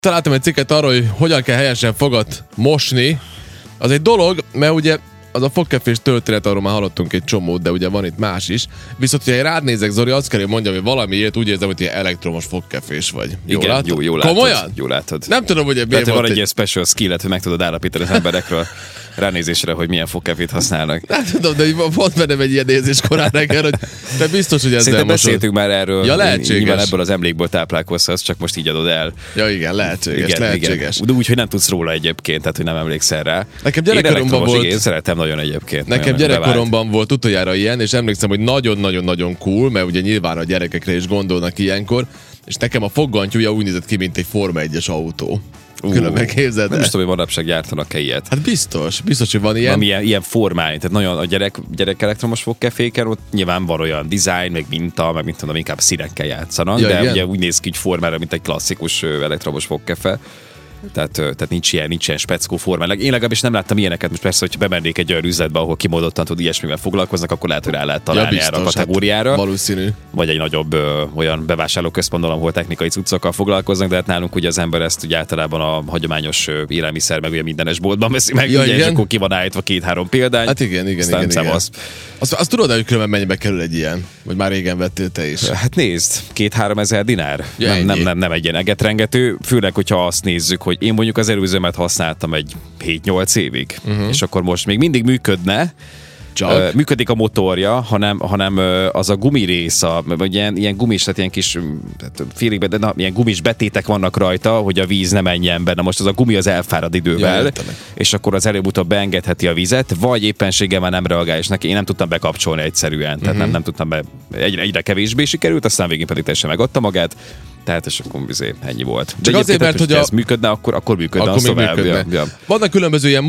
Találtam egy cikket arról, hogy hogyan kell helyesen fogat mosni. Az egy dolog, mert ugye az a fogkefés történet, arról már hallottunk egy csomót, de ugye van itt más is. Viszont, hogyha én rád nézek, Zoli, azt kell, hogy mondjam, hogy valamiért úgy érzem, hogy ilyen elektromos fogkefés vagy. Igen, jó látod. Komolyan? Jó látod. Nem tudom, hogy miért van egy ilyen special skill-et, hogy meg tudod állapítani az emberekről ránézésre, hogy milyen fogkefét használnak. Nem tudom, de volt bennem egy ilyen érzés korán reggel, hogy te biztos, hogy ezzel szerintem mosod. Beszéltünk már erről. Ja, lehetséges. Nyilván ebből az emlékből táplálkozhatsz, csak most így adod el. Ja, igen, lehetséges. Igen. De úgy, hogy nem tudsz róla egyébként, tehát hogy nem emlékszel rá. Nekem gyerekkoromban volt. Én szeretem nagyon egyébként. Nekem gyerekkoromban volt utoljára ilyen, és emlékszem, hogy nagyon-nagyon-nagyon cool, mert ugye nyilván a gyerekekre is gondolnak ilyenkor, és nekem a foggantyúja úgy nézett ki, mint egy Forma 1-es autó. Különben képzeld el. Nem is tudom, hogy manapság gyártanak-e ilyet. Hát biztos, hogy van ilyen. Ami ilyen formány, tehát nagyon a gyerek elektromos fogkeféken, ott nyilván van olyan design, meg minta, meg mint tudom, inkább színekkel játszanak, ja, de igen? Ugye úgy néz ki, hogy formára, mint egy klasszikus elektromos fogkefe. Tehát nincs ilyen speckó formán. Én legalábbis nem láttam ilyeneket. Most persze, hogyha bemennék egy olyan üzletbe, ahol kimondottan tud ilyesmivel foglalkoznak, akkor lehet, hogy rá lehet találni erre a kategóriára. Hát valószínű. Vagy egy nagyobb olyan bevásárlóközpontban, ahol technikai cuccokkal foglalkoznak, de hát nálunk ugye az ember ezt ugye általában a hagyományos élelmiszer, meg ugye mindenes boltban veszi meg, ugye, és akkor ki van állítva 2-3 példány. Hát igen. Azt tudod, hogy különben mennyibe kerül egy ilyen? Vagy már régen vettél te is? Hát nézd, 2-3 ezer dinár. Ja, nem egy ilyen egetrengető, főleg, hogyha azt nézzük, hogy én mondjuk az előzőmet használtam egy 7-8 évig, és akkor most még mindig működne, működik a motorja, hanem az a gumirész, vagy ilyen gumis, tehát ilyen kis félig, de ilyen gumis betétek vannak rajta, hogy a víz ne menjen be. Na most az a gumi az elfárad idővel, és akkor az előbb-utóbb beengedheti a vizet, vagy éppenséggel már nem reagál, és neki én nem tudtam bekapcsolni egyszerűen, tehát nem tudtam be, egyre kevésbé sikerült, aztán végén pedig teljesen megadta magát. Tehát és akkor ennyi volt. Csak azért, mert hogy ez működne, akkor működne. Akkor még működne. Ja. Vannak különböző ilyen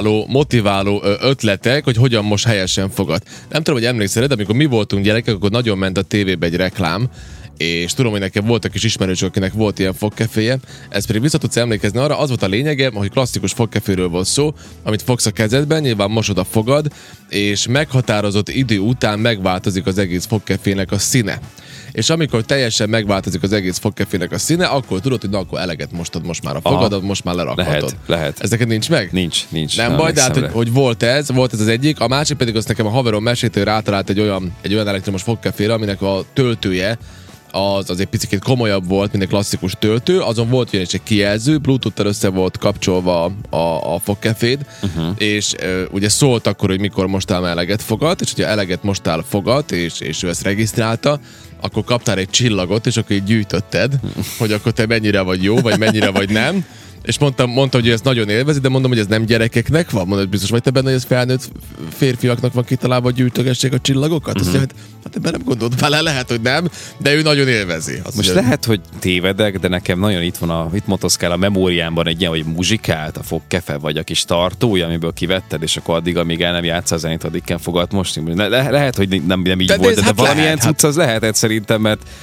motiváló ötletek, hogy hogyan most helyesen fogad. Nem tudom, hogy emlékszel, de amikor mi voltunk gyerekek, akkor nagyon ment a tévébe egy reklám, és tudom, hogy nekem voltak is ismerősök, akinek volt ilyen fogkeféje. Ez pedig vissza tudsz emlékezni arra, az volt a lényege, hogy klasszikus fogkeféről volt szó, amit fogsz a kezedben, nyilván mosod a fogad, és meghatározott idő után megváltozik az egész fogkefének a színe. És amikor teljesen megváltozik az egész fogkefének a színe, akkor tudod, hogy na, akkor eleget mostad most már a fogadat, most már lerakhatod. Lehet. Ez neked nincs meg? Nincs. Nem baj, de hát, hogy volt ez az egyik. A másik pedig azt nekem a haverom mesélte, hogy rátalált egy olyan elektromos fogkefére, aminek a töltője az egy picit komolyabb volt, mint egy klasszikus töltő, azon volt ugyanis egy kijelző, Bluetooth-tel össze volt kapcsolva a fogkeféd, és ugye szólt akkor, hogy mikor mostál eleget fogad, és hogyha eleget mostál fogad, és ő ezt regisztrálta, akkor kaptál egy csillagot, és akkor így gyűjtötted, hogy akkor te mennyire vagy jó, vagy mennyire vagy nem. És mondtam, hogy ez nagyon élvezi, de mondom, hogy ez nem gyerekeknek van. Mondom, biztos vagy te benne, hogy ez felnőtt férfiaknak van kitalálva, hogy gyűjtögessék a csillagokat? Azt mondja, hát ebben nem gondolt bele, lehet, hogy nem, de ő nagyon élvezi. Azt most lehet, hogy tévedek, de nekem nagyon itt motoszkál a memóriámban egy ilyen, hogy muzsikált a fogkefe, vagy a kis tartója, amiből kivetted, és akkor addig, amíg el nem játsz a zenét, addig kell fogad most. Lehet, hogy nem így volt, de valamilyen cucc az lehetett szerintem,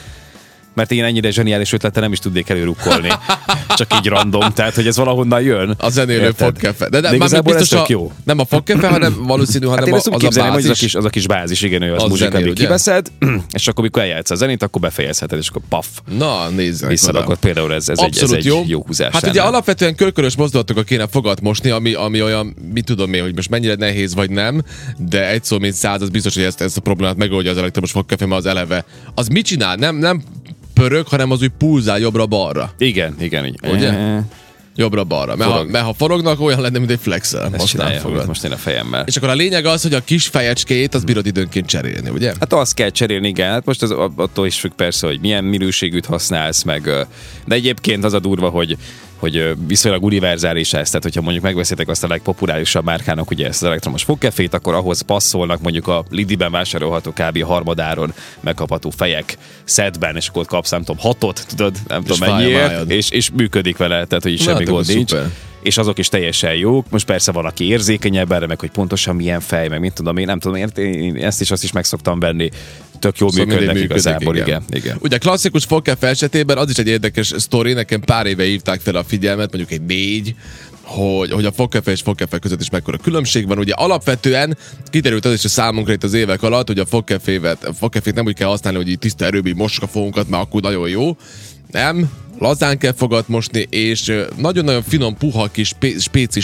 mert én ennyire zseniális ötlettel nem is tudnék előrukkolni. Csak így random, tehát hogy ez valahonnan jön. A zenélő fogkefe. De igazából ez tök jó. Nem a fogkefe, hanem valószínű, hanem az a bázis. Az a kis bázis, igen, ő az muzsika, amit kiveszed, és akkor mikor eljátsz a zenét, akkor befejezheted, és akkor paf. Na, nézzük. Visszadakod, például ez egy jó húzás. Hát ugye alapvetően körkörös mozdulatokkal kéne fogat mosni, ami olyan, mit tudom én, hogy most mennyire nehéz vagy nem, de egy szó mint 100, az biztos, hogy ezt a problémát megoldja az elektromos fogkefe, mert az eleve. Az mit csinál? Nem pörög, hanem az úgy pulzál jobbra-balra. Igen. Ugye? Jobbra-balra. Mert ha forognak, olyan lenne, mint egy flexel. Most én a fejemmel. És akkor a lényeg az, hogy a kis fejecskét, az bírod időnként cserélni, ugye? Hát azt kell cserélni, igen. Hát most az attól is függ persze, hogy milyen minőségűt használsz meg. De egyébként az a durva, hogy viszonylag univerzális ez, tehát hogyha mondjuk megveszitek azt a legpopulárisabb márkának ugye ezt az elektromos fogkefét, akkor ahhoz passzolnak mondjuk a Lidl-ben vásárolható kb. Harmadáron megkapható fejek szedben, és akkor kapsz, nem tudom, 6-ot, tudod, nem tudom mennyiért, és működik vele, tehát hogy semmi gond nincs. Szuper. És azok is teljesen jók. Most persze van, aki érzékenyebb erre, meg hogy pontosan milyen fej, meg mit tudom én, nem tudom, én ezt is azt is meg szoktam venni. Tök jól működnek igazából, igen. Ugye klasszikus fogkefe esetében az is egy érdekes sztori, nekem pár éve hívták fel a figyelmet, mondjuk egy 4, hogy a fogkefe és fogkefe között is mekkora különbség van. Ugye alapvetően kiderült az is a számunkra itt az évek alatt, hogy a fogkefét nem úgy kell használni, hogy így tiszta erőből mossuk a fogunkat, mert akkor nagyon jó, Nem, lazán kell fogat mosni, és nagyon-nagyon finom, puha kis spéci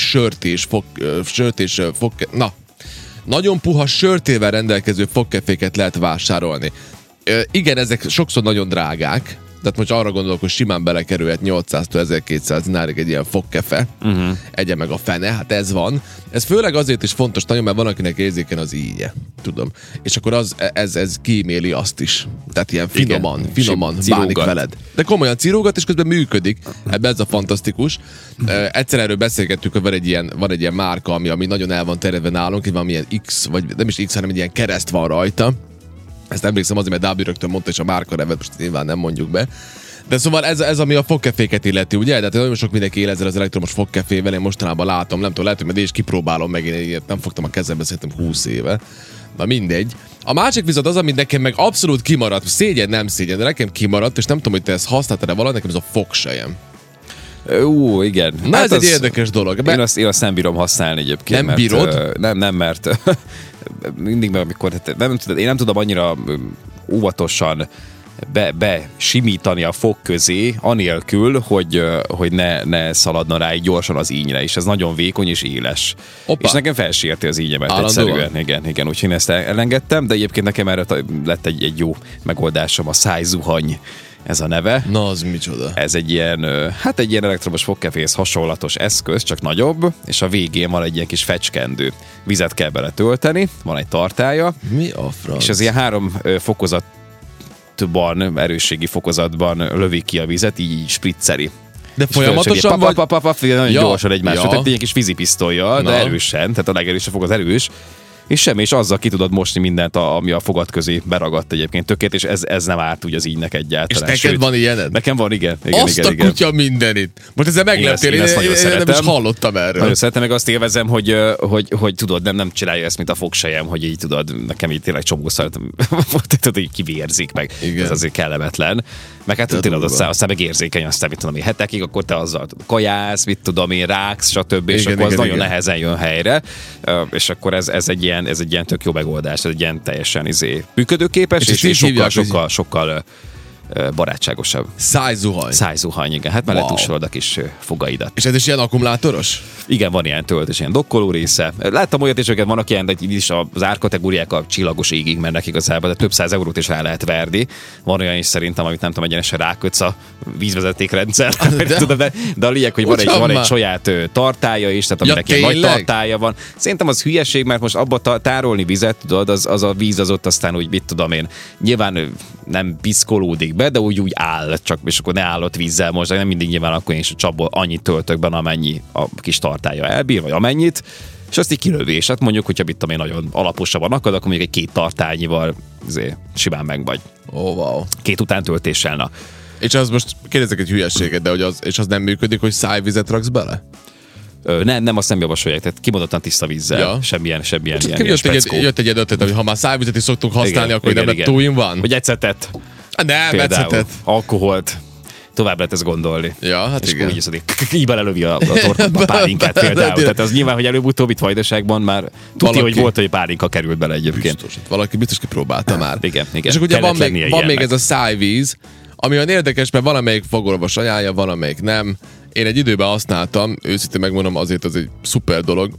nagyon puha sörtével rendelkező fogkeféket lehet vásárolni. Igen, ezek sokszor nagyon drágák, tehát most arra gondolok, hogy simán belekerülhet 800-1200 dinárig egy ilyen fogkefe. Egye meg a fene, hát ez van. Ez főleg azért is fontos nagyon, mert van, akinek érzékeny az íje. Tudom. És akkor ez kíméli azt is. Tehát ilyen finoman bánik veled. De komolyan cirógat, és közben működik. Ebben ez a fantasztikus. Egyszer erről beszélgettük, hogy van egy ilyen márka, ami nagyon el van terjedve nálunk, hogy valamilyen X, vagy nem is X, hanem egy ilyen kereszt van rajta. Ezt emlékszem azért, mert W rögtön mondta, és a márka nevet most nyilván nem mondjuk be. De szóval ez ami a fogkeféket illeti, ugye? Tehát nagyon sok mindenki él ezzel az elektromos fogkefével, én mostanában látom, nem tudom, lehet, hogy majd én is kipróbálom meg, én nem fogtam a kezembe, szerintem 20 éve. Na mindegy. A másik viszont az, ami nekem meg abszolút kimaradt, szégyen, nem szégyen, de nekem kimaradt, és nem tudom, hogy te ezt használtad-e valahogy, nekem ez a fogsejem. Igen. Na hát ez egy érdekes dolog. Én azt nem bírom használni egyébként. Nem bírod? Nem, mert mindig, amikor én nem tudom annyira óvatosan besimítani a fog közé, anélkül, hogy ne szaladna rá gyorsan az ínyre, és ez nagyon vékony és éles. Opa. És nekem felsérti az ínyemet egyszerűen. Igen, úgyhogy én ezt elengedtem, de egyébként nekem erre lett egy jó megoldásom, a szájzuhany. Ez a neve. Na, az micsoda? Ez egy ilyen elektromos fogkeféhez hasonlatos eszköz, csak nagyobb, és a végén van egy ilyen kis fecskendő. Vizet kell bele tölteni, van egy tartálya. Mi a franc? És ez ilyen 3 fokozatban, erősségi fokozatban lövi ki a vizet, így spricceri. De folyamatosan vagy? Nagyon gyorsan egymásra. Tehát egy kis vízipisztollyal, de erősen, tehát a legerősebb fog az erős. És semmi, és azzal ki tudod mosni mindent, ami a fogad közé beragadt egyébként tökét, és ez nem árt úgy az ígynek egyáltalán. És neked van ilyened? Nekem van, igen. Azt a kutya mindenit. Most ezzel megleptél, én nem is hallottam erről. Nagyon szeretem, meg azt élvezem, hogy tudod, nem csinálja ezt, mint a fogsejem, hogy így tudod, nekem így tényleg csomószor tudod, hogy kivérzik meg. Igen. Ez azért kellemetlen. Meg hát tényleg aztán meg érzékeny, aztán mit tudom én, hetekig, akkor te azzal kajász, mit tudom én, ráksz, stb. És akkor az nagyon nehezen jön helyre. És akkor ez egy ilyen tök jó megoldás, ez egy ilyen teljesen működőképes, és sokkal barátságosabb. Szájzuhany, igen. Hát mellett tusolod a kis fogaidat. És ez is ilyen akkumulátoros? Igen, van ilyen töltés, ilyen dokkoló része. Láttam olyat is, hogy vannak ilyen, de így is az árkategóriák a csillagos égig mennek igazából, de több 100 eurót is rá lehet verni. Van olyan is szerintem, amit nem tudom, egyenesen rákötsz a vízvezetékrendszer. De a lényeg, hogy van egy saját tartálya is, tehát aminek ilyen nagy tartálya van. Szerintem az hülyeség, mert most abba tárolni vizet, tudod, az a víz az ott aztán úgy, mit tudom én, nyilván nem piszkolódik be, de úgy áll, csak és akkor ne állott vízzel most, de nem mindig nyilván akkor én is a csapból annyit töltök benne, amennyi a kis tartálya elbír, vagy amennyit, és azt így kilövés. Hát mondjuk, hogyha mit tudom én, nagyon alaposabban akad, akkor mondjuk egy 2 tartálnyival simán meg vagy. Wow. 2 utántöltéssel, na. És az most kérdezek egy hülyeséget, de hogy az nem működik, hogy szájvizet raksz bele? Nem, azt nem javasolják, tehát kimondottan tiszta vízzel, semmilyen ilyen speckó. Jött egy ötlet, hogy ha már szájvizet is szoktunk használni, akkor nem lett two in one. Vagy ecetet. Nem, ecetet. Alkoholt. Tovább lehet ezt gondolni. Ja, hát és igen. Így belelövi a tortba pálinkát például. Tehát az nyilván, hogy előbb-utóbb itt Vajdaságban már tudja, hogy volt, hogy pálinka került bele egyébként. Valaki biztos kipróbálta már. Igen. És akkor ugye van még ez a szájvíz, ami olyan érdekes, mert valamelyik fogorvos ajánlja, valamelyik nem. Én egy időben használtam, őszintén megmondom, azért az egy szuper dolog.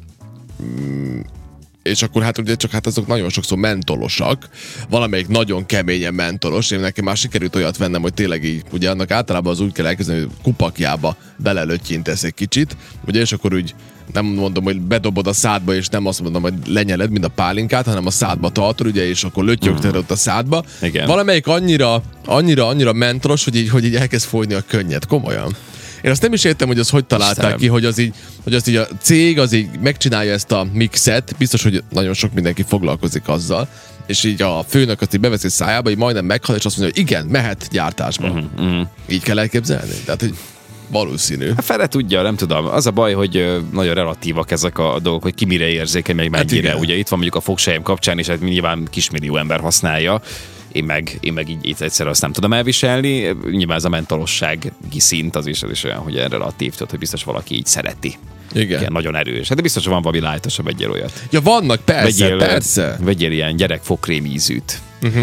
És akkor hát ugye csak azok nagyon sokszor mentolosak, valamelyik nagyon keményen mentolos, én nekem már sikerült olyat vennem, hogy tényleg így, ugye annak általában az úgy kell elkezdeni, hogy kupakjába belelöttyintesz egy kicsit, ugye, és akkor úgy nem mondom, hogy bedobod a szádba, és nem azt mondom, hogy lenyeled, mint a pálinkát, hanem a szádba tartod, ugye, és akkor löttyögted ott a szádba. Igen. Valamelyik annyira mentolos, hogy így elkezd folyni a könnyed, komolyan. Én azt nem is értem, hogy hogy találták ki, hogy az így a cég az így megcsinálja ezt a mixet, biztos, hogy nagyon sok mindenki foglalkozik azzal, és így a főnök azt így beveszi szájába, így majdnem meghal, és azt mondja, hogy igen, mehet gyártásba. Így kell elképzelni? Tehát, hogy valószínű. Hát fele tudja, nem tudom. Az a baj, hogy nagyon relatívak ezek a dolgok, hogy ki mire érzékeny, meg mennyire. Hát ugye itt van mondjuk a fogsejem kapcsán, és hát nyilván kismillió ember használja. Én meg így egyszerűen azt nem tudom elviselni. Nyilván ez a mentolossági szint az is olyan, hogy erre relatív, hogy biztos valaki így szereti. Igen. Nagyon erős. Hát de biztos, hogy van valami lájtosabb, vegyél olyat. Ja, vannak, persze. Vegyél ilyen gyerekfogkrém ízűt.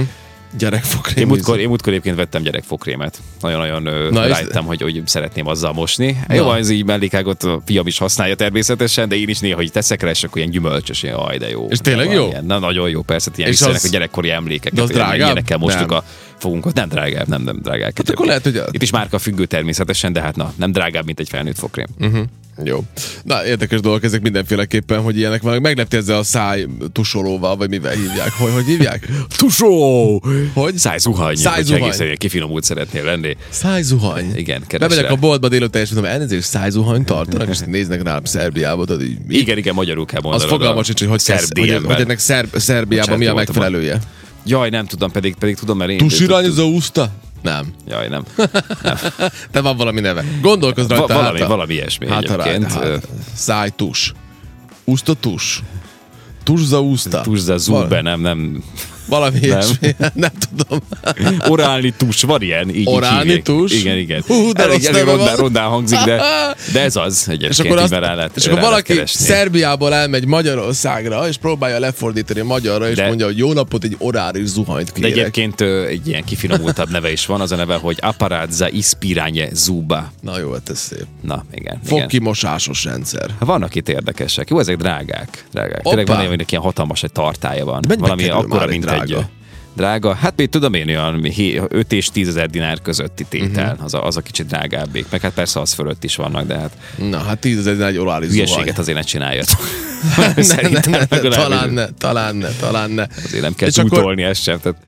Gyerekfokrém. Én múltkor egyébként vettem gyerekfokrémet. Nagyon-nagyon rájöttem, hogy szeretném azzal mosni. Jó, ez így mellékágot a fiam is használja természetesen, de én is néha így teszek rá, és akkor ilyen gyümölcsös, aj, de jó. És tényleg jó? Ilyen, nagyon jó, persze, ilyen visszajönnek a gyerekkori emlékeket. De az drágább? Ilyenekkel mostuk a fogunkat. Nem drágább, nem drágább. Hát akkor lehet, hogy... Itt is márka függő természetesen, de hát nem drágább, mint egy felnőtt fokrém. Jó. Na, érdekes dolgok ezek mindenféleképpen, hogy ilyenek vannak. Meglepti ezzel a száj tusolóval, vagy mivel hívják? Hogy hívják? Tusó! Hogy? Szájzuhany. Szájzuhany. Egészen kifinomult szeretnél lenni. Szájzuhany. Igen, keresre. Bemegyek a boltba délután, és mondom, elnézést, szájzuhany tartanak, és néznek rám Szerbiába. Igen, magyarul kell mondanod. Az fogalmas sincs, hogy ennek Szerbiában mi a megfelelője. Jaj, nem tudom, pedig tudom, mert én... Tusirányozó uszta? Nem. Jaj, nem. De van valami neve. Gondolkozz rajta. Valami ilyesmi egyébként. Szájtus. Usztatus. Tusza uszta. Tusza zúbe, nem. Valami ilyesmi. Nem tudom. Orálni tus, van ilyen. Orálni tus? Igen. De elég rondán hangzik, de ez az egyébként. És akkor valaki Szerbiából elmegy Magyarországra, és próbálja lefordítani magyarra, és mondja, hogy jó napot, egy orális zuhanyt kérek. De egyébként egy ilyen kifinomultabb neve is van, az a neve, hogy Aparadza ispiranye zuba. Na jó, hát ez szép. Na, igen. Fogkimosásos rendszer. Vannak itt érdekesek. Jó, ezek drágák. Tényleg van olyan, ilyen hatalmas egy tartálya van. Valami akkora, mint drága. Hát még tudom én olyan 5 és 10 ezer dinár közötti tétel. Az a kicsit drágábbék. Meg hát persze az fölött is vannak, de hát... Na, hát 10 ezer dinár egy orális zuhany. Hülyeséget azért ne csinálja. Talán ne. Azért nem kell túltolni ezt sem.